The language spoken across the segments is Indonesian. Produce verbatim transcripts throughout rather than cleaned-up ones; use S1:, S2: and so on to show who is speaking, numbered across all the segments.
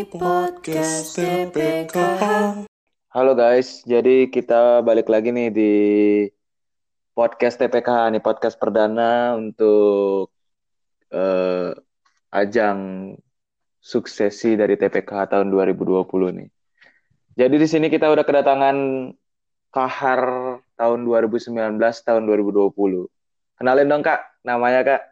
S1: podcast T P K.
S2: Halo guys, jadi kita balik lagi nih di podcast T P K nih, podcast perdana untuk eh, ajang suksesi dari T P K tahun dua ribu dua puluh nih. Jadi di sini kita udah kedatangan Kahar tahun dua ribu sembilan belas tahun dua ribu dua puluh. Kenalin dong Kak, namanya Kak.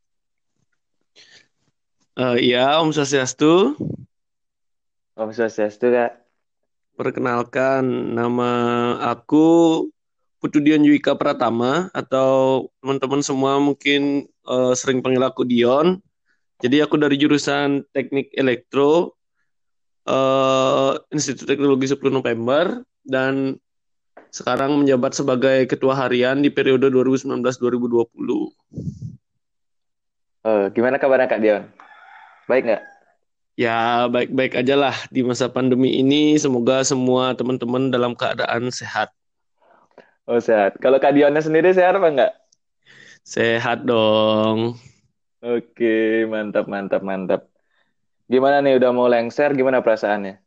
S3: Uh, iya, Om Swastiastu.
S2: Om Swastiastu Kak.
S3: Perkenalkan, nama aku Putudion Juwika Pratama, atau teman-teman semua mungkin uh, sering panggil aku Dion. Jadi aku dari jurusan Teknik Elektro, uh, Institut Teknologi sepuluh November, dan sekarang menjabat sebagai Ketua Harian di periode dua ribu sembilan belas dua ribu dua puluh.
S2: Oh, gimana kabarnya Kak Dion? Baik nggak?
S3: Ya, baik-baik aja lah di masa pandemi ini. Semoga semua teman-teman dalam keadaan sehat.
S2: Oh sehat. Kalau Kak Dionnya sendiri sehat apa nggak?
S3: Sehat dong.
S2: Oke, mantap, mantap, mantap. Gimana nih, udah mau lengser, gimana perasaannya?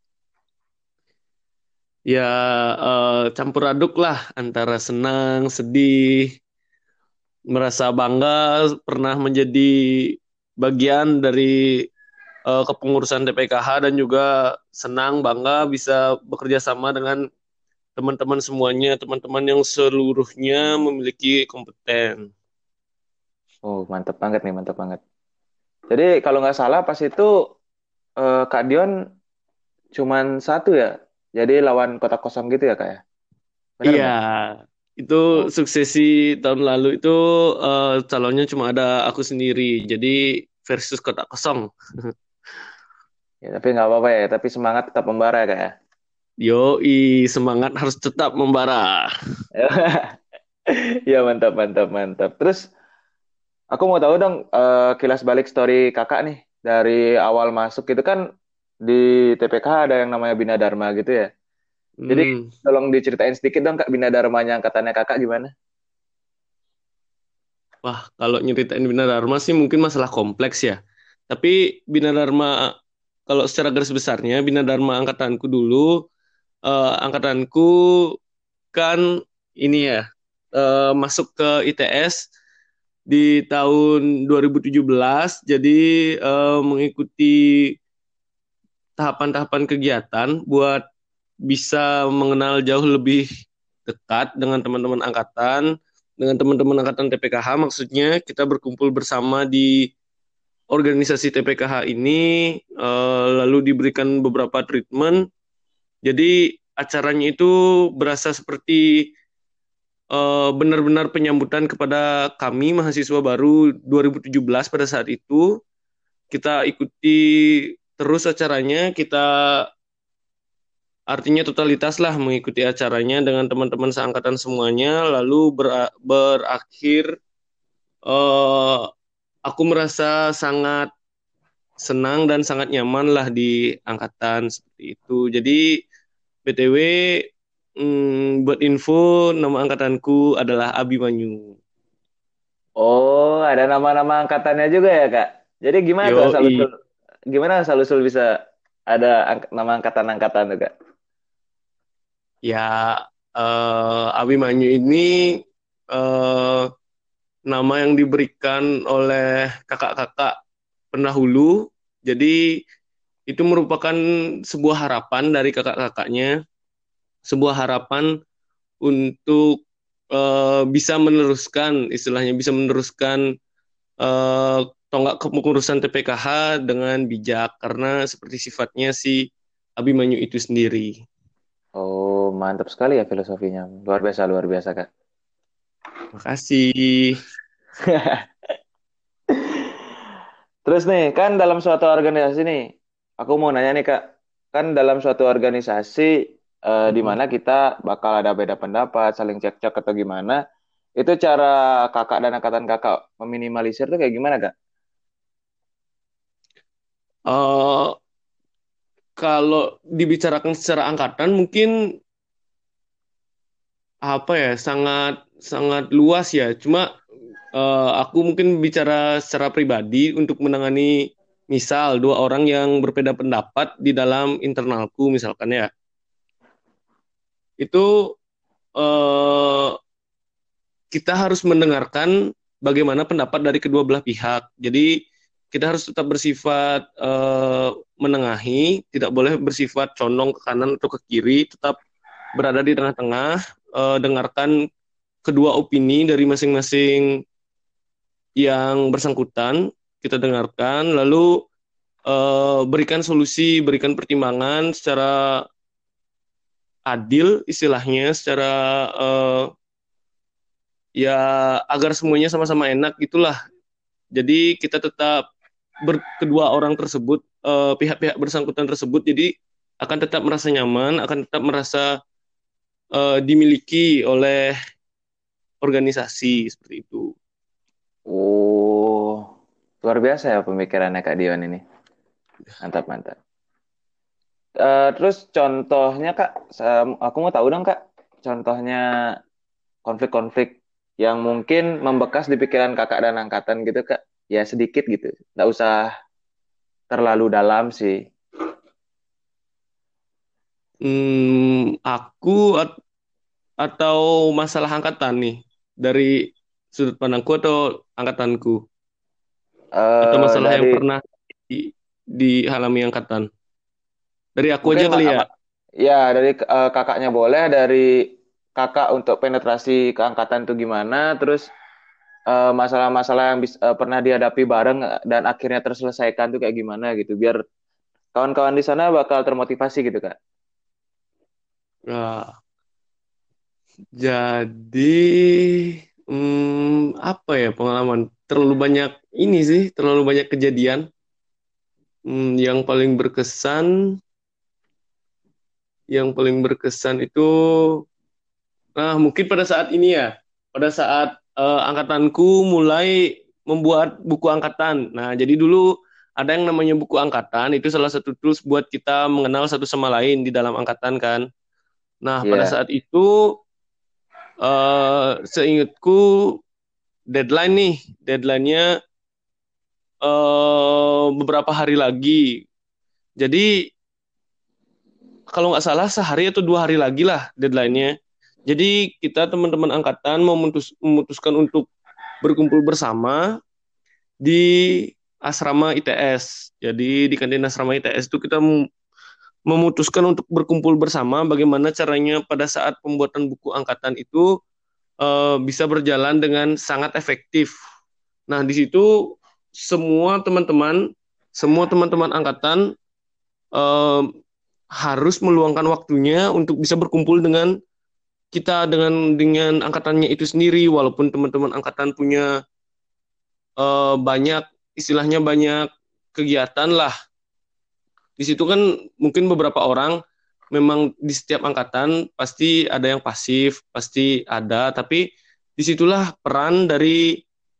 S3: Ya, eh, campur aduk lah antara senang, sedih, merasa bangga pernah menjadi bagian dari eh, kepengurusan T P K H, dan juga senang, bangga bisa bekerja sama dengan teman-teman semuanya, teman-teman yang seluruhnya memiliki kompeten.
S2: Oh, mantap banget nih, mantap banget. Jadi kalau nggak salah pas itu eh, Kak Dion cuman satu ya? Jadi lawan kotak kosong gitu ya Kak ya? Bener
S3: Iya,
S2: nggak?
S3: itu
S2: Oh,
S3: suksesi tahun lalu itu eh, calonnya cuma ada aku sendiri, jadi versus kotak kosong.
S2: ya, tapi nggak apa-apa ya. Tapi semangat tetap membara ya Kak ya?
S3: Yoi, semangat harus tetap membara.
S2: Iya, mantap, mantap, mantap. Terus aku mau tahu dong eh, kilas balik story Kakak nih. Dari awal masuk itu kan di T P K ada yang namanya Bina Dharma gitu ya. Jadi
S3: Hmm.
S2: tolong diceritain sedikit dong Kak Bina Dharmanya angkatannya Kakak gimana?
S3: Wah, kalau nyeritain Bina Dharma sih mungkin masalah kompleks ya. Tapi Bina Dharma, kalau secara garis besarnya, Bina Dharma angkatanku dulu, eh, angkatanku kan ini ya, eh, masuk ke I T S di tahun dua ribu tujuh belas, jadi eh, mengikuti tahapan-tahapan kegiatan buat bisa mengenal jauh lebih dekat dengan teman-teman angkatan, dengan teman-teman angkatan T P K H. Maksudnya kita berkumpul bersama di organisasi T P K H ini, eh, lalu diberikan beberapa treatment. Jadi acaranya itu berasa seperti eh, benar-benar penyambutan kepada kami mahasiswa baru dua ribu tujuh belas. Pada saat itu kita ikuti terus acaranya, kita artinya totalitas lah mengikuti acaranya dengan teman-teman seangkatan semuanya, lalu ber- berakhir eh, aku merasa sangat senang dan sangat nyaman lah di angkatan seperti itu. Jadi B T W, hmm, buat info, nama angkatanku adalah Abimanyu.
S2: Oh, ada nama-nama angkatannya juga ya Kak. Jadi gimana tuh asal
S3: Yoi.
S2: usul gimana asal usul bisa ada ang- nama angkatan-angkatan tuh Kak?
S3: Ya, eh, Abimanyu ini eh, nama yang diberikan oleh kakak-kakak pendahulu. Jadi itu merupakan sebuah harapan dari kakak-kakaknya, sebuah harapan untuk eh, bisa meneruskan, istilahnya bisa meneruskan eh, tonggak kepengurusan T P K H dengan bijak, karena seperti sifatnya si Abimanyu itu sendiri.
S2: Oh, mantap sekali ya filosofinya. Luar biasa, luar biasa Kak.
S3: Makasih.
S2: Terus nih, kan dalam suatu organisasi nih, aku mau nanya nih Kak, kan dalam suatu organisasi eh, di mana kita bakal ada beda pendapat, saling cekcok atau gimana, itu cara kakak dan angkatan kakak meminimalisir tuh kayak gimana Kak?
S3: Eh, Kalau dibicarakan secara angkatan mungkin apa ya, sangat sangat luas ya. Cuma eh, aku mungkin bicara secara pribadi untuk menangani misal dua orang yang berbeda pendapat di dalam internalku misalkan ya, itu eh, kita harus mendengarkan bagaimana pendapat dari kedua belah pihak. Jadi kita harus tetap bersifat eh, menengahi, tidak boleh bersifat condong ke kanan atau ke kiri, tetap berada di tengah-tengah, eh, dengarkan kedua opini dari masing-masing yang bersangkutan, kita dengarkan, lalu eh, berikan solusi, berikan pertimbangan secara adil istilahnya, secara eh, ya agar semuanya sama-sama enak gitulah. Jadi kita tetap ber, kedua orang tersebut, eh, pihak-pihak bersangkutan tersebut, jadi akan tetap merasa nyaman, akan tetap merasa eh, dimiliki oleh organisasi seperti itu.
S2: Oh, luar biasa ya pemikirannya Kak Dion ini. Mantap, mantap. Eh, terus contohnya Kak, sa- aku mau tahu dong Kak, contohnya konflik-konflik yang mungkin membekas di pikiran Kakak dan angkatan gitu Kak. Ya sedikit gitu, nggak usah terlalu dalam sih.
S3: Hmm, aku at- atau masalah angkatan nih dari sudut pandangku atau angkatanku atau
S2: Eh
S3: masalah yang
S2: dari
S3: pernah di, dialami angkatan. Dari aku
S2: mungkin
S3: aja kali
S2: ma-
S3: ya.
S2: ma- ya dari eh, kakaknya boleh, dari kakak untuk penetrasi ke angkatan itu gimana, terus eh, masalah-masalah yang bis- eh, pernah dihadapi bareng eh, dan akhirnya terselesaikan tuh kayak gimana gitu, biar kawan-kawan di sana bakal termotivasi gitu Kak.
S3: Nah, jadi hmm, apa ya pengalaman? Terlalu banyak ini sih, terlalu banyak kejadian. Hmm, yang paling berkesan, yang paling berkesan itu, nah mungkin pada saat ini ya, pada saat eh, angkatanku mulai membuat buku angkatan. Nah, jadi dulu ada yang namanya buku angkatan, itu salah satu tools buat kita mengenal satu sama lain di dalam angkatan kan. Nah, pada
S2: Iya.
S3: saat itu eh seingatku deadline nih, deadline-nya eh beberapa hari lagi. Jadi kalau nggak salah sehari atau dua hari lagi lah deadline-nya. Jadi kita teman-teman angkatan memutus, memutuskan untuk berkumpul bersama di asrama I T S. Jadi di kantin asrama I T S itu kita memutuskan untuk berkumpul bersama bagaimana caranya pada saat pembuatan buku angkatan itu eh, bisa berjalan dengan sangat efektif. Nah, di situ semua teman-teman, semua teman-teman angkatan eh, harus meluangkan waktunya untuk bisa berkumpul dengan kita dengan dengan angkatannya itu sendiri, walaupun teman-teman angkatan punya eh, banyak istilahnya banyak kegiatan lah. Di situ kan mungkin beberapa orang memang di setiap angkatan pasti ada yang pasif, pasti ada, tapi disitulah peran dari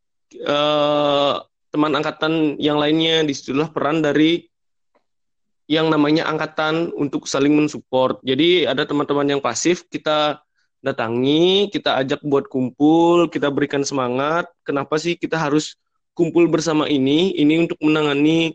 S3: eh, teman angkatan yang lainnya, disitulah peran dari yang namanya angkatan untuk saling mensupport. Jadi ada teman-teman yang pasif, kita datangi, kita ajak buat kumpul, kita berikan semangat. Kenapa sih kita harus kumpul bersama ini? Ini untuk menangani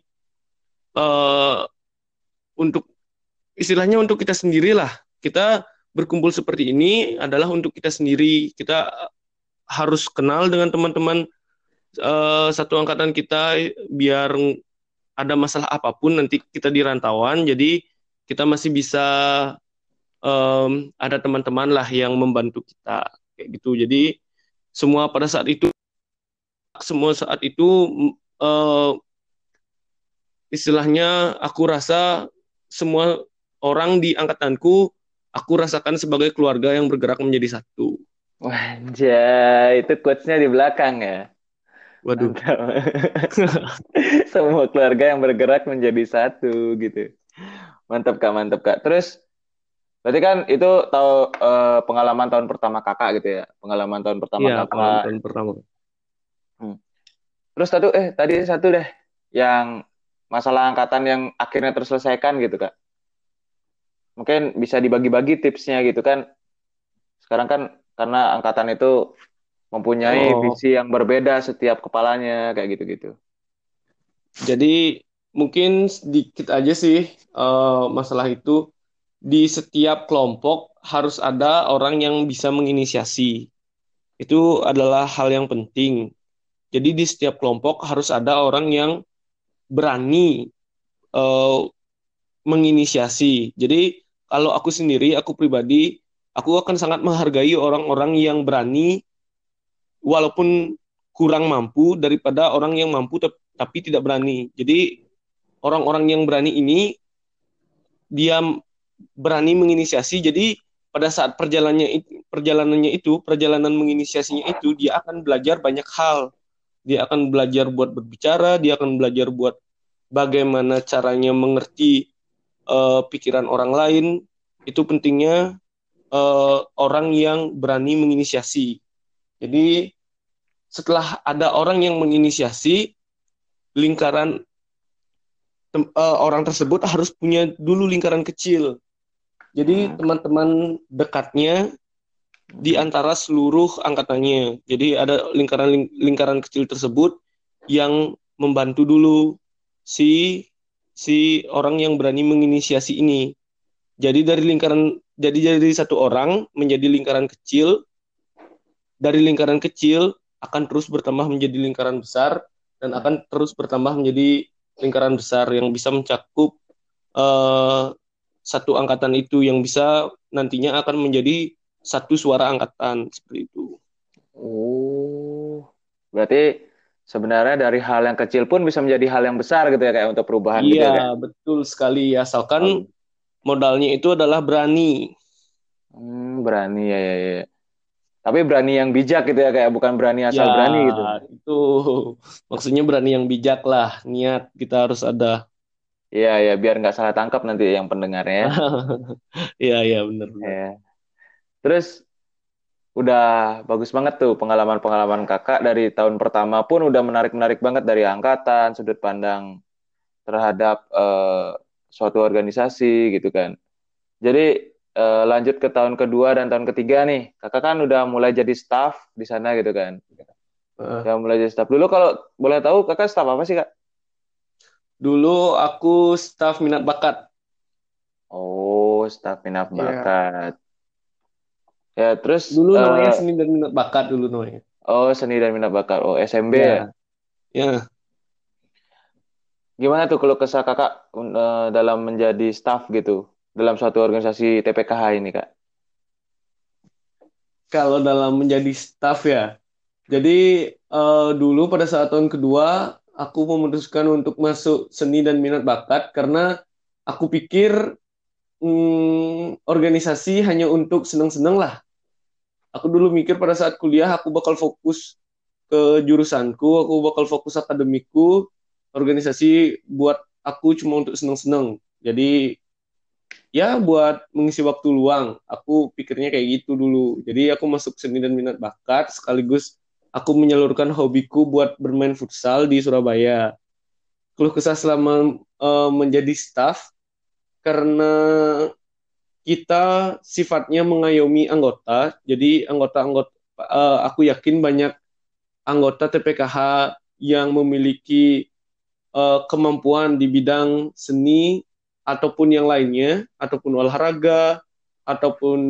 S3: eh, untuk istilahnya untuk kita sendirilah. Kita berkumpul seperti ini adalah untuk kita sendiri. Kita harus kenal dengan teman-teman eh, satu angkatan kita biar ada masalah apapun nanti kita di rantauan. Jadi kita masih bisa em, ada teman-teman lah yang membantu kita kayak gitu. Jadi semua pada saat itu semua saat itu eh, istilahnya aku rasa semua orang di angkatanku aku rasakan sebagai keluarga yang bergerak menjadi satu.
S2: Wajah, itu quotes-nya di belakang ya.
S3: Waduh.
S2: Mantap. Semua keluarga yang bergerak menjadi satu gitu. Mantap Kak, mantap Kak. Terus berarti kan itu tahu eh, pengalaman tahun pertama Kakak gitu ya. Pengalaman tahun pertama
S3: Iya, pengalaman
S2: Kakak.
S3: tahun pertama.
S2: Hmm. Terus tadi eh tadi satu deh yang masalah angkatan yang akhirnya terselesaikan gitu Kak. Mungkin bisa dibagi-bagi tipsnya gitu kan. Sekarang kan karena angkatan itu mempunyai
S3: Oh,
S2: visi yang berbeda setiap kepalanya kayak gitu-gitu.
S3: jadi mungkin sedikit aja sih eh, masalah itu. Di setiap kelompok harus ada orang yang bisa menginisiasi. Itu adalah hal yang penting. Jadi di setiap kelompok harus ada orang yang berani eh, menginisiasi. Jadi kalau aku sendiri, aku pribadi, aku akan sangat menghargai orang-orang yang berani walaupun kurang mampu daripada orang yang mampu tapi tidak berani. Jadi orang-orang yang berani ini dia berani menginisiasi. Jadi pada saat perjalanannya perjalanannya itu, perjalanan menginisiasinya itu dia akan belajar banyak hal. Dia akan belajar buat berbicara, dia akan belajar buat bagaimana caranya mengerti uh, pikiran orang lain. Itu pentingnya uh, orang yang berani menginisiasi. Jadi setelah ada orang yang menginisiasi, lingkaran uh, orang tersebut harus punya dulu lingkaran kecil. Jadi teman-teman dekatnya di antara seluruh angkatannya. Jadi ada lingkaran lingkaran kecil tersebut yang membantu dulu si si orang yang berani menginisiasi ini. Jadi dari lingkaran jadi dari satu orang menjadi lingkaran kecil, dari lingkaran kecil akan terus bertambah menjadi lingkaran besar dan akan terus bertambah menjadi lingkaran besar yang bisa mencakup uh, satu angkatan itu yang bisa nantinya akan menjadi satu suara angkatan seperti itu.
S2: Oh, berarti sebenarnya dari hal yang kecil pun bisa menjadi hal yang besar gitu ya, kayak untuk perubahan gitu
S3: Iya,
S2: ya, kayak.
S3: betul sekali. Asalkan
S2: Oh,
S3: modalnya itu adalah berani.
S2: hmm, berani ya, ya, ya. Tapi berani yang bijak gitu ya, kayak bukan berani
S3: Ya,
S2: asal berani gitu.
S3: itu maksudnya berani yang bijak lah. Niat kita harus ada.
S2: Iya, ya, biar nggak salah tangkap nanti yang pendengarnya ya.
S3: Iya, iya, benar-benar.
S2: Ya. Terus udah bagus banget tuh pengalaman-pengalaman kakak dari tahun pertama pun udah menarik-menarik banget dari angkatan, sudut pandang terhadap eh, suatu organisasi gitu kan. Jadi eh, lanjut ke tahun kedua dan tahun ketiga nih, kakak kan udah mulai jadi staff di sana gitu kan.
S3: Uh,
S2: Udah mulai jadi staff. Dulu kalau boleh tahu kakak staff apa sih kak?
S3: dulu aku staf minat bakat.
S2: Oh, staff minat
S3: Ya,
S2: bakat. Ya terus
S3: dulu namanya
S2: eh,
S3: seni dan minat bakat dulu namanya.
S2: oh seni dan minat bakat. Oh S M B ya.
S3: Ya, ya.
S2: Gimana tuh kalau kesah kakak eh, dalam menjadi staff gitu dalam suatu organisasi T P K H ini kak?
S3: Kalau dalam menjadi staf ya. Jadi eh, dulu pada saat tahun kedua aku memutuskan untuk masuk seni dan minat bakat karena aku pikir hmm, organisasi hanya untuk senang-senang lah. Aku dulu mikir pada saat kuliah aku bakal fokus ke jurusanku, aku bakal fokus akademiku, organisasi buat aku cuma untuk senang-senang. Jadi ya buat mengisi waktu luang. Aku pikirnya kayak gitu dulu. Jadi aku masuk seni dan minat bakat sekaligus aku menyalurkan hobiku buat bermain futsal di Surabaya. Keluh kesah selama uh, menjadi staff karena kita sifatnya mengayomi anggota. Jadi anggota-anggota uh, aku yakin banyak anggota T P K H yang memiliki uh, kemampuan di bidang seni ataupun yang lainnya, ataupun olahraga, ataupun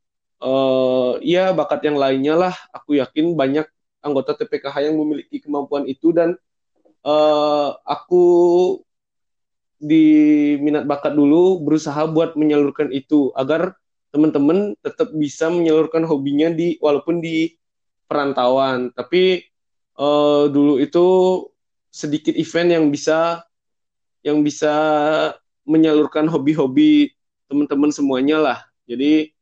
S3: uh, ya bakat yang lainnya lah. Aku yakin banyak anggota T P K H yang memiliki kemampuan itu dan uh, aku di minat bakat dulu berusaha buat menyalurkan itu agar teman-teman tetap bisa menyalurkan hobinya di walaupun di perantauan. Tapi uh, dulu itu sedikit event yang bisa yang bisa menyalurkan hobi-hobi teman-teman semuanya lah. Jadi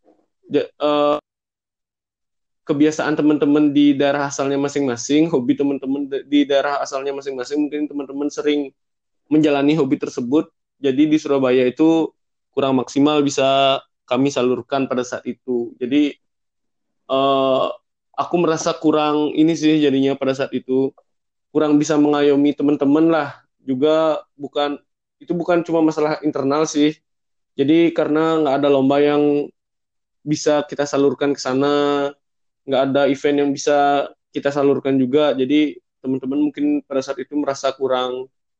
S3: uh, kebiasaan teman-teman di daerah asalnya masing-masing, hobi teman-teman di daerah asalnya masing-masing, mungkin teman-teman sering menjalani hobi tersebut. Jadi di Surabaya itu kurang maksimal bisa kami salurkan pada saat itu. Jadi uh, aku merasa kurang ini sih jadinya pada saat itu kurang bisa mengayomi teman-teman lah. Juga bukan itu bukan cuma masalah internal sih. Jadi karena nggak ada lomba yang bisa kita salurkan ke sana, nggak ada event yang bisa kita salurkan juga. Jadi teman-teman mungkin pada saat itu merasa kurang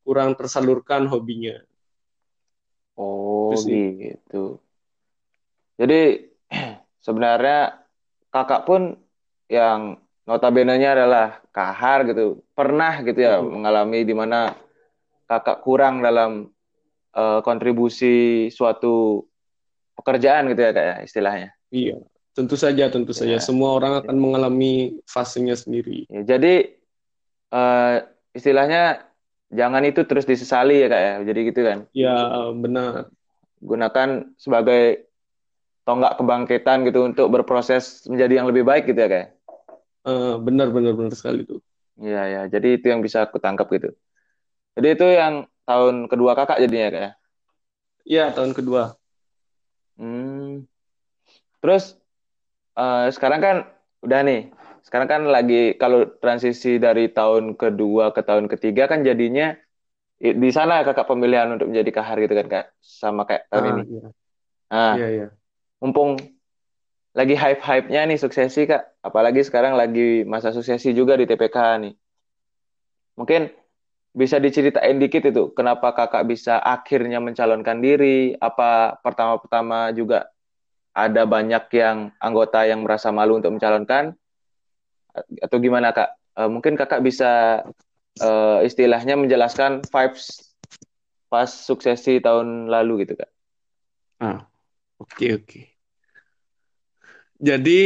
S3: kurang tersalurkan hobinya. Itu
S2: Oh
S3: sih.
S2: gitu. Jadi sebenarnya kakak pun yang notabene-nya adalah kahar gitu. Pernah gitu ya
S3: Mm-mm.
S2: mengalami di mana kakak kurang dalam eh, kontribusi suatu pekerjaan gitu ya kak ya istilahnya.
S3: Iya, tentu saja, tentu saja.
S2: Ya,
S3: Semua orang akan
S2: ya,
S3: mengalami fasenya sendiri.
S2: ya. Jadi eh, istilahnya jangan itu terus disesali ya kak ya. Jadi gitu kan.
S3: Ya, benar.
S2: Gunakan sebagai tonggak kebangkitan gitu untuk berproses menjadi yang lebih baik gitu ya kak ya.
S3: Eh, benar, benar, benar sekali itu.
S2: Iya ya. Jadi itu yang bisa aku tangkap gitu. Jadi itu yang tahun kedua kakak jadinya kak ya.
S3: Ya, tahun kedua.
S2: Hmm. Terus eh, sekarang kan udah nih. Sekarang kan lagi kalau transisi dari tahun kedua ke tahun ketiga kan jadinya i- di sana kakak pemilihan untuk menjadi kahar gitu kan kak. Sama kayak tahun ini.
S3: Ah, iya,
S2: Nah,
S3: iya, iya.
S2: mumpung lagi hype-hype-nya nih suksesi kak. Apalagi sekarang lagi masa suksesi juga di T P K nih. Mungkin bisa diceritain dikit itu kenapa kakak bisa akhirnya mencalonkan diri? Apa pertama-pertama juga ada banyak yang anggota yang merasa malu untuk mencalonkan atau gimana kak? Eh, mungkin kakak bisa eh, istilahnya menjelaskan vibes pas suksesi tahun lalu gitu kak.
S3: Ah, oke, oke. Jadi,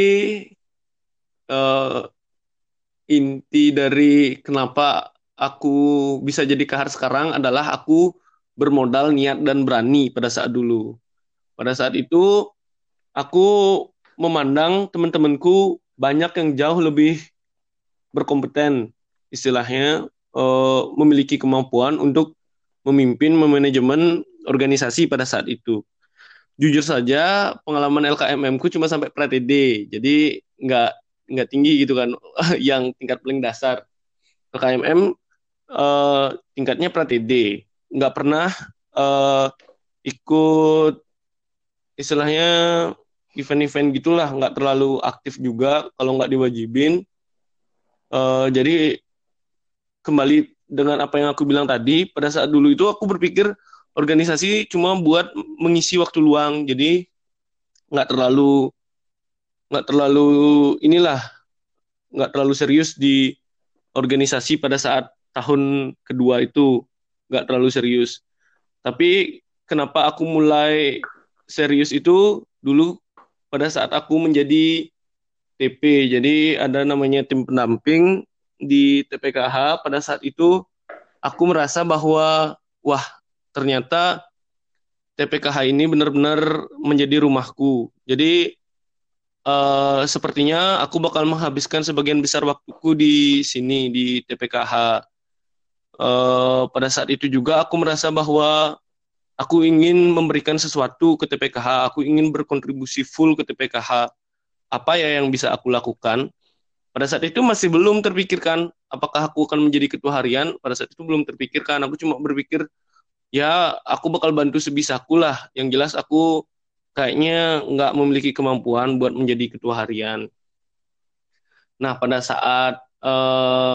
S3: eh, inti dari kenapa aku bisa jadi kahar sekarang adalah aku bermodal niat dan berani pada saat dulu. Pada saat itu, aku memandang teman-temanku banyak yang jauh lebih berkompeten, istilahnya eh, memiliki kemampuan untuk memimpin memanajemen organisasi pada saat itu. Jujur saja, pengalaman L K M M ku cuma sampai pra T D, jadi nggak nggak tinggi gitu kan, yang tingkat paling dasar. L K M M eh, tingkatnya pra T D, nggak pernah eh, ikut istilahnya event-event gitulah, nggak terlalu aktif juga kalau nggak diwajibin. Eh, jadi kembali dengan apa yang aku bilang tadi, pada saat dulu itu aku berpikir organisasi cuma buat mengisi waktu luang, jadi nggak terlalu nggak terlalu inilah nggak terlalu serius di organisasi pada saat tahun kedua itu, nggak terlalu serius. Tapi kenapa aku mulai serius itu dulu pada saat aku menjadi T P, jadi ada namanya tim pendamping di T P K H. Pada saat itu aku merasa bahwa wah, ternyata T P K H ini benar-benar menjadi rumahku. Jadi eh, sepertinya aku bakal menghabiskan sebagian besar waktuku di sini di T P K H. Eh, pada saat itu juga aku merasa bahwa aku ingin memberikan sesuatu ke T P K H, aku ingin berkontribusi full ke T P K H. Apa ya yang bisa aku lakukan? Pada saat itu masih belum terpikirkan apakah aku akan menjadi ketua harian. Pada saat itu belum terpikirkan. Aku cuma berpikir ya aku bakal bantu sebisaku lah. Yang jelas aku kayaknya nggak memiliki kemampuan buat menjadi ketua harian. Nah, pada saat eh,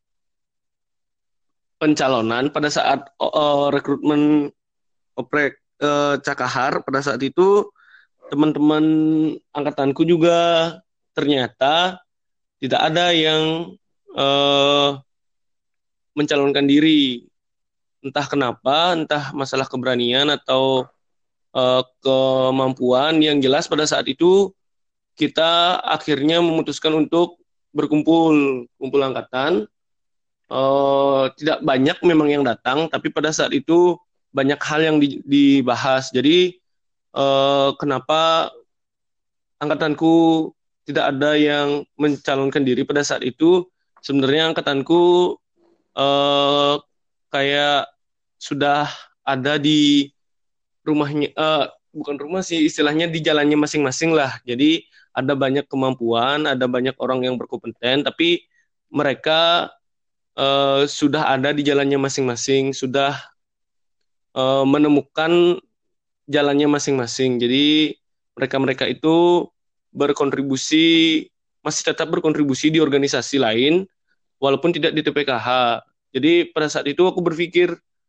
S3: pencalonan, pada saat eh, rekrutmen oprek eh, Cakahar, pada saat itu teman-teman angkatanku juga ternyata tidak ada yang eh, mencalonkan diri. Entah kenapa, entah masalah keberanian atau eh, kemampuan. Yang jelas pada saat itu kita akhirnya memutuskan untuk berkumpul, kumpul angkatan. Eh, tidak banyak memang yang datang, tapi pada saat itu banyak hal yang di- dibahas. Jadi eh, kenapa angkatanku tidak ada yang mencalonkan diri pada saat itu? Sebenarnya angkatanku eh, kayak sudah ada di rumahnya, eh, bukan rumah sih, istilahnya di jalannya masing-masing lah. Jadi ada banyak kemampuan, ada banyak orang yang berkompeten, tapi mereka eh, sudah ada di jalannya masing-masing, sudah eh, menemukan jalannya masing-masing. Jadi mereka-mereka itu berkontribusi, masih tetap berkontribusi di organisasi lain, walaupun tidak di T P K H. Jadi pada saat itu aku berpikir,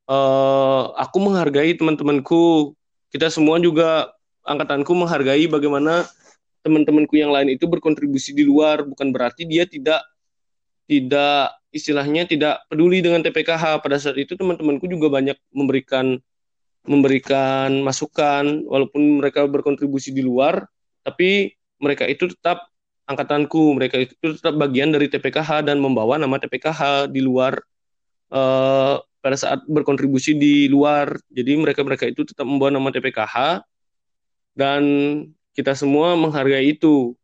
S3: eh, aku menghargai teman-temanku. Kita semua juga angkatanku menghargai bagaimana teman-temanku yang lain itu berkontribusi di luar. Bukan berarti dia tidak tidak istilahnya tidak peduli dengan T P K H. Pada saat itu teman-temanku juga banyak memberikan memberikan masukan walaupun mereka berkontribusi di luar, tapi mereka itu tetap angkatanku, mereka itu tetap bagian dari T P K H dan membawa nama T P K H di luar eh, pada saat berkontribusi di luar. Jadi mereka-mereka itu tetap membawa nama T P K H dan kita semua menghargai itu.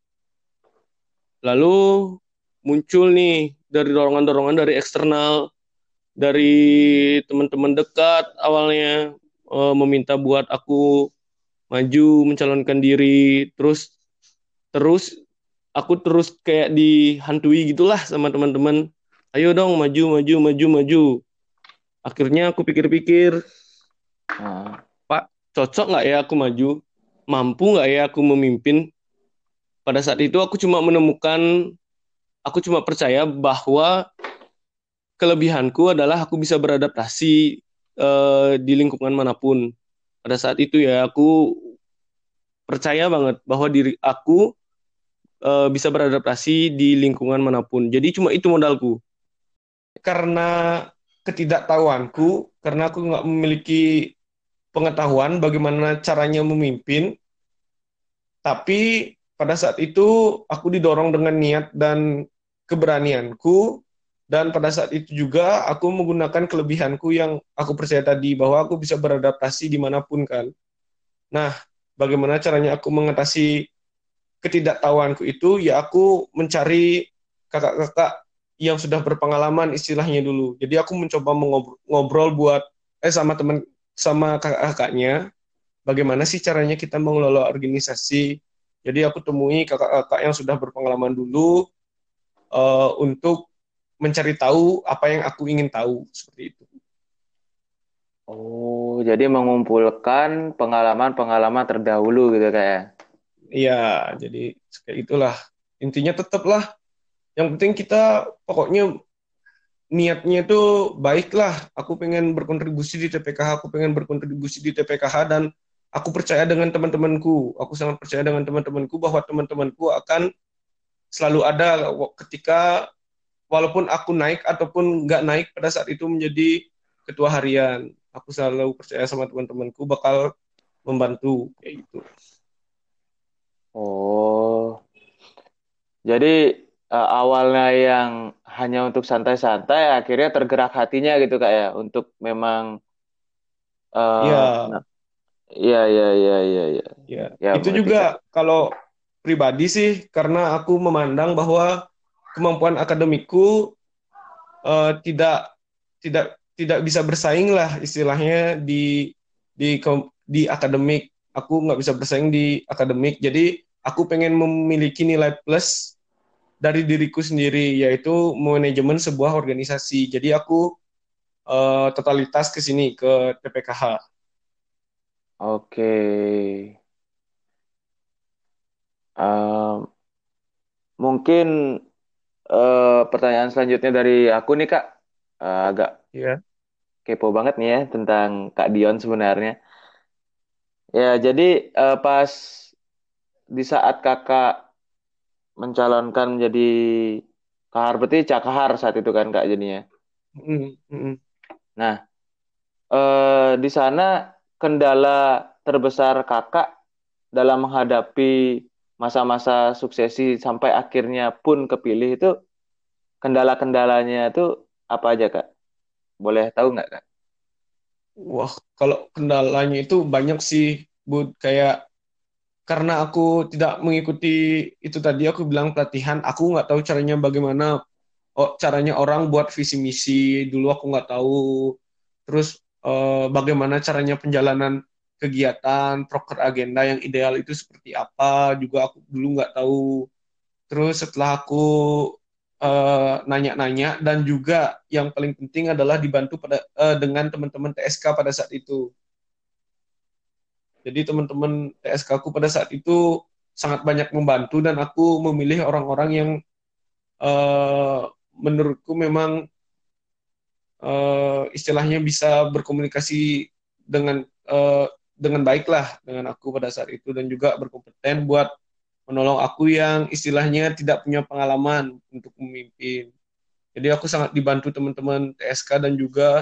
S3: Lalu muncul nih dari dorongan-dorongan dari eksternal, dari teman-teman dekat awalnya eh, meminta buat aku maju mencalonkan diri, terus terus aku terus kayak dihantui gitulah sama teman-teman. Ayo dong maju maju maju maju. Akhirnya aku pikir-pikir,
S2: Nah,
S3: Pak, cocok nggak ya aku maju? Mampu nggak ya aku memimpin? Pada saat itu aku cuma menemukan, aku cuma percaya bahwa kelebihanku adalah aku bisa beradaptasi eh, di lingkungan manapun. Pada saat itu ya aku percaya banget bahwa diri aku eh, bisa beradaptasi di lingkungan manapun. Jadi cuma itu modalku. Karena ketidaktahuanku, karena aku nggak memiliki pengetahuan bagaimana caranya memimpin, tapi pada saat itu aku didorong dengan niat dan keberanianku, dan pada saat itu juga aku menggunakan kelebihanku yang aku percaya tadi bahwa aku bisa beradaptasi dimanapun kan. Nah, bagaimana caranya aku mengatasi ketidaktahuanku itu? Ya aku mencari kakak-kakak yang sudah berpengalaman istilahnya dulu. Jadi aku mencoba ngobrol buat eh sama teman sama kakak-kakaknya bagaimana sih caranya kita mengelola organisasi. Jadi aku temui kakak-kakak yang sudah berpengalaman dulu uh, untuk mencari tahu apa yang aku ingin tahu seperti itu.
S2: oh, jadi mengumpulkan pengalaman-pengalaman terdahulu gitu kayak.
S3: Iya, jadi kayak itulah. Intinya tetaplah yang penting kita pokoknya niatnya itu baiklah. Aku pengen berkontribusi di T P K H, aku pengen berkontribusi di T P K H dan aku percaya dengan teman-temanku. Aku sangat percaya dengan teman-temanku bahwa teman-temanku akan selalu ada ketika walaupun aku naik ataupun nggak naik pada saat itu menjadi ketua harian. Aku selalu percaya sama teman-temanku bakal membantu kayak gitu.
S2: Oh, jadi eh, awalnya yang hanya untuk santai-santai, akhirnya tergerak hatinya gitu kak ya, untuk memang, eh
S3: Ya,
S2: nah, iya iya iya iya iya,
S3: ya.
S2: ya
S3: Itu
S2: mengerti
S3: juga
S2: kak.
S3: kalau pribadi sih karena aku memandang bahwa kemampuan akademikku eh, tidak tidak tidak bisa bersaing lah istilahnya di di di akademik. Aku nggak bisa bersaing di akademik. Jadi aku pengen memiliki nilai plus dari diriku sendiri yaitu manajemen sebuah organisasi. Jadi aku eh, totalitas ke sini ke T P K H.
S2: Oke. Em, Mungkin eh, pertanyaan selanjutnya dari aku nih kak. Eh, agak
S3: Ya.
S2: kepo banget nih ya tentang Kak Dion sebenarnya. Ya jadi eh, pas di saat kakak mencalonkan menjadi kahar, berarti cakahar saat itu kan kak jadinya.
S3: Mm, mm,
S2: Nah, eh, di sana kendala terbesar kakak dalam menghadapi masa-masa suksesi sampai akhirnya pun kepilih itu, kendala-kendalanya itu apa aja kak? Boleh tahu nggak kak?
S3: Wah, kalau kendalanya itu banyak sih, Bud. Kayak karena aku tidak mengikuti itu tadi aku bilang pelatihan, aku nggak tahu caranya bagaimana oh, caranya orang buat visi misi. Dulu aku nggak tahu. Terus eh, bagaimana caranya penjalanan kegiatan, proker agenda yang ideal itu seperti apa, juga aku dulu nggak tahu. Terus setelah aku eh, nanya-nanya dan juga yang paling penting adalah dibantu pada eh, dengan teman-teman T S K pada saat itu. Jadi teman-teman T S K aku pada saat itu sangat banyak membantu dan aku memilih orang-orang yang eh, menurutku memang uh, istilahnya bisa berkomunikasi dengan uh, dengan baik lah dengan aku pada saat itu, dan juga berkompeten buat menolong aku yang istilahnya tidak punya pengalaman untuk memimpin. Jadi aku sangat dibantu teman-teman T S K dan juga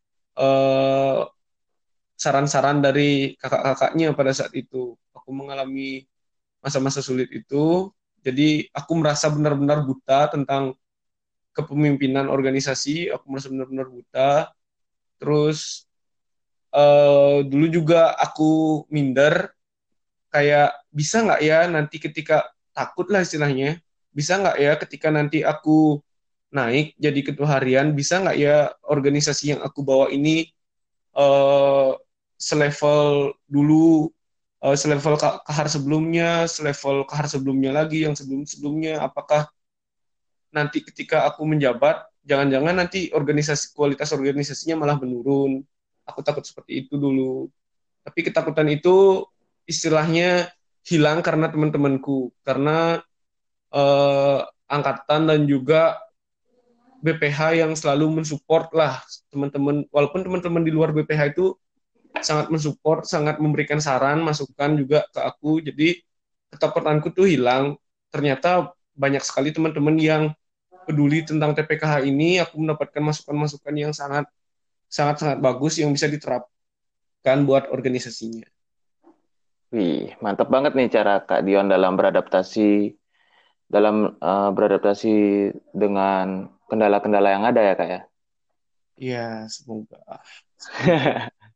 S3: uh, saran-saran dari kakak-kakaknya pada saat itu. Aku mengalami masa-masa sulit itu, jadi aku merasa benar-benar buta tentang kepemimpinan organisasi, aku merasa benar-benar buta. Terus uh, dulu juga aku minder, kayak bisa nggak ya nanti ketika takut lah istilahnya, bisa nggak ya ketika nanti aku naik jadi ketua harian, bisa nggak ya organisasi yang aku bawa ini uh, selevel dulu, uh, selevel kahar sebelumnya, selevel kahar sebelumnya lagi, yang sebelum-sebelumnya, apakah nanti ketika aku menjabat, jangan-jangan nanti organisasi kualitas organisasinya malah menurun. Aku takut seperti itu dulu. Tapi ketakutan itu istilahnya hilang karena teman-temanku, karena eh, angkatan dan juga B P H yang selalu mensupport lah teman-teman. Walaupun teman-teman di luar B P H itu sangat mensupport, sangat memberikan saran, masukan juga ke aku. Jadi ketakutanku tuh hilang. Ternyata banyak sekali teman-teman yang peduli tentang T P K H ini. Aku mendapatkan masukan-masukan yang sangat sangat sangat bagus yang bisa diterapkan buat organisasinya.
S2: Wih, mantap banget nih cara Kak Dion dalam beradaptasi dalam eh, beradaptasi dengan kendala-kendala yang ada ya Kak ya.
S3: Ya, semoga semoga.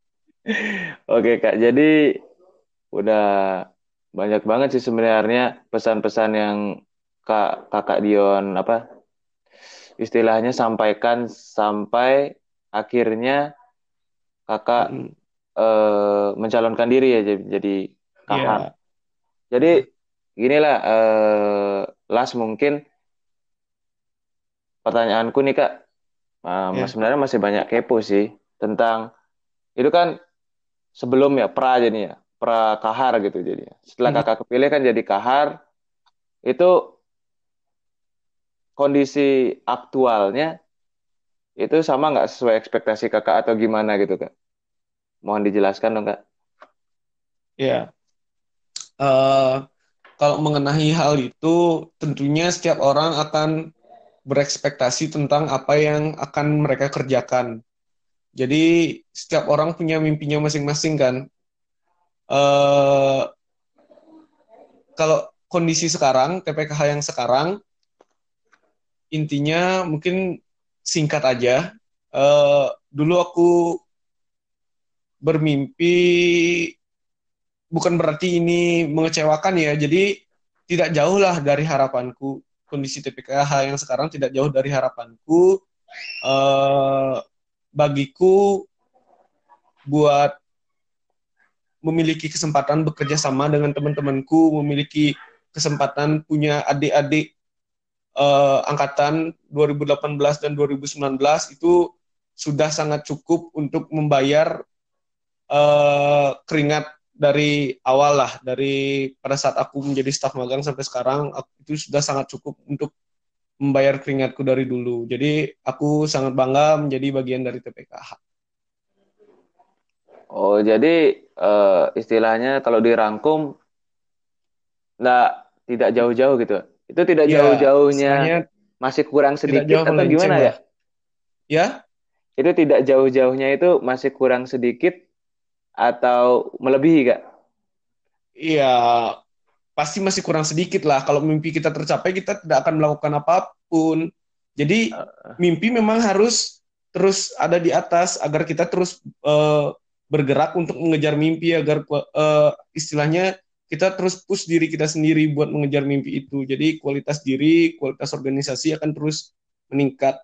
S2: Oke Kak, jadi udah banyak banget sih sebenarnya pesan-pesan yang Kak Kakak Dion apa istilahnya sampaikan sampai akhirnya Kakak
S3: Mm-mm.
S2: eh, mencalonkan diri ya jadi, jadi kahar.
S3: Ya,
S2: Jadi ginilah eh, Las mungkin pertanyaanku nih Kak, eh, mas-
S3: ya.
S2: sebenarnya masih banyak kepo sih tentang itu kan sebelum ya pra jadi ya pra kahar gitu jadi. Setelah
S3: Mm-mm.
S2: Kakak kepilih kan jadi kahar itu kondisi aktualnya itu sama nggak sesuai ekspektasi Kakak atau gimana gitu Kak? Mohon dijelaskan dong Kak.
S3: Ya. Eh, kalau mengenai hal itu, tentunya setiap orang akan berekspektasi tentang apa yang akan mereka kerjakan. Jadi setiap orang punya mimpinya masing-masing kan. Eh, kalau kondisi sekarang, T P K H yang sekarang, intinya mungkin singkat aja. Eh, dulu aku bermimpi, bukan berarti ini mengecewakan ya. Jadi tidak jauh lah dari harapanku. Kondisi T P K H yang sekarang tidak jauh dari harapanku. Eh, bagiku buat memiliki kesempatan bekerja sama dengan teman-temanku, memiliki kesempatan punya adik-adik eh, angkatan dua ribu delapan belas dan dua ribu sembilan belas itu sudah sangat cukup untuk membayar eh, keringat dari awal lah, dari pada saat aku menjadi staf magang sampai sekarang, aku, itu sudah sangat cukup untuk membayar keringatku dari dulu. Jadi aku sangat bangga menjadi bagian dari T P K H.
S2: Oh jadi eh, istilahnya kalau dirangkum nggak tidak jauh-jauh gitu. Itu tidak
S3: Ya,
S2: jauh-jauhnya
S3: istilahnya
S2: masih kurang
S3: tidak
S2: sedikit
S3: jauh
S2: atau
S3: melenceng
S2: gimana ya?
S3: lah. Ya,
S2: Itu tidak jauh-jauhnya itu masih kurang sedikit atau melebihi Kak?
S3: iya, pasti masih kurang sedikit lah. Kalau mimpi kita tercapai, kita tidak akan melakukan apapun. Jadi mimpi memang harus terus ada di atas agar kita terus uh, bergerak untuk mengejar mimpi, agar uh, istilahnya kita terus push diri kita sendiri buat mengejar mimpi itu. Jadi kualitas diri, kualitas organisasi akan terus meningkat.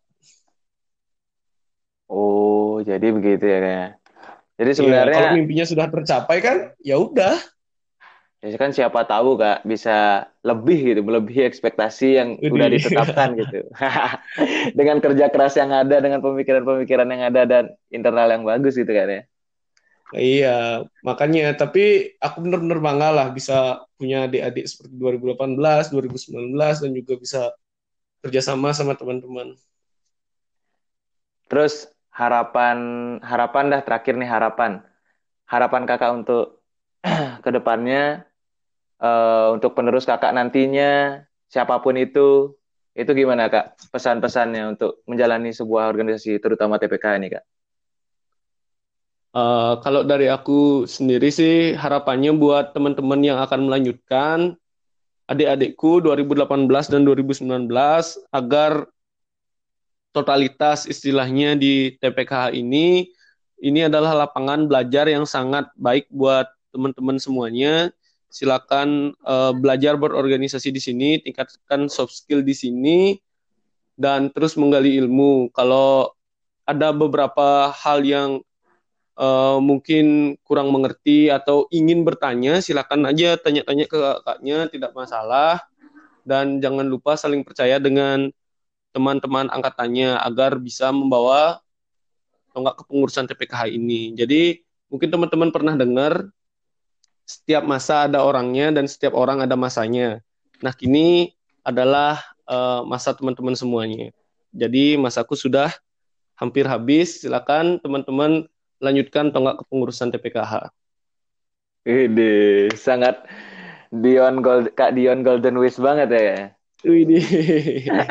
S2: Oh, jadi begitu ya Kak. Jadi
S3: Iya,
S2: sebenarnya
S3: kalau mimpinya sudah tercapai kan, ya udah.
S2: ya kan siapa tahu Kak bisa lebih gitu, melebihi ekspektasi yang
S3: Jadi
S2: udah ditetapkan gitu. Dengan kerja keras yang ada, dengan pemikiran-pemikiran yang ada dan internal yang bagus gitu kan ya.
S3: iya, makanya. Tapi aku benar-benar bangga lah bisa punya adik-adik seperti dua ribu delapan belas, dua ribu sembilan belas, dan juga bisa kerjasama sama teman-teman.
S2: Terus harapan harapan dah terakhir nih harapan. Harapan kakak untuk ke depannya, eh, untuk penerus kakak nantinya, siapapun itu, itu gimana kak? Pesan-pesannya untuk menjalani sebuah organisasi, terutama T P K ini kak.
S3: Eh, kalau dari aku sendiri sih harapannya buat teman-teman yang akan melanjutkan adik-adikku dua ribu delapan belas dan dua ribu sembilan belas agar totalitas istilahnya di T P K H ini ini adalah lapangan belajar yang sangat baik buat teman-teman semuanya. Silakan uh, belajar berorganisasi di sini, tingkatkan soft skill di sini dan terus menggali ilmu. Kalau ada beberapa hal yang uh, mungkin kurang mengerti atau ingin bertanya, silakan aja tanya-tanya ke kakaknya, tidak masalah. Dan jangan lupa saling percaya dengan teman-teman angkatannya agar bisa membawa tonggak kepengurusan T P K H ini. Jadi mungkin teman-teman pernah dengar setiap masa ada orangnya dan setiap orang ada masanya. Nah kini adalah uh, masa teman-teman semuanya. Jadi masaku sudah hampir habis. Silakan teman-teman lanjutkan tonggak kepengurusan T P K H.
S2: Ini sangat Dion Gold, Kak Dion Golden Wish banget ya.
S3: Widih.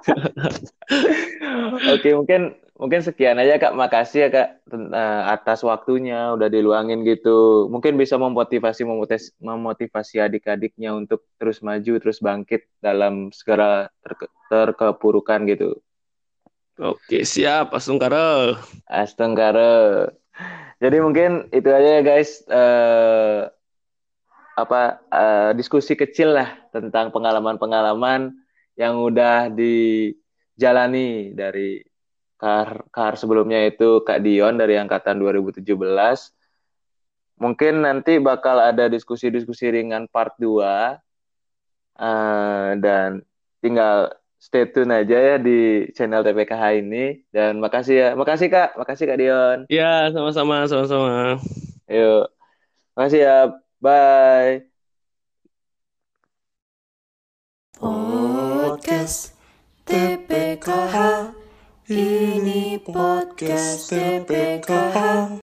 S2: Oke, mungkin mungkin sekian aja Kak. Makasih ya Kak ten- eh, atas waktunya udah diluangin gitu. Mungkin bisa memotivasi memotivasi, memotivasi adik-adiknya untuk terus maju, terus bangkit dalam segala terke, terkepurukan gitu.
S3: Oke siap, Asungkara.
S2: Astenggara. Jadi mungkin itu aja ya guys. Eh, apa eh, diskusi kecil lah tentang pengalaman-pengalaman yang udah dijalani dari Kar, Kar sebelumnya itu Kak Dion dari angkatan dua ribu tujuh belas. Mungkin nanti bakal ada diskusi-diskusi ringan part dua, eh, dan tinggal stay tune aja ya di channel T P K H ini. Dan makasih ya. Makasih Kak. Makasih Kak Dion.
S3: Ya, sama-sama, sama-sama.
S2: Yuk. Makasih ya. Bye.
S1: Podcast T P K H, ini podcast T P K H.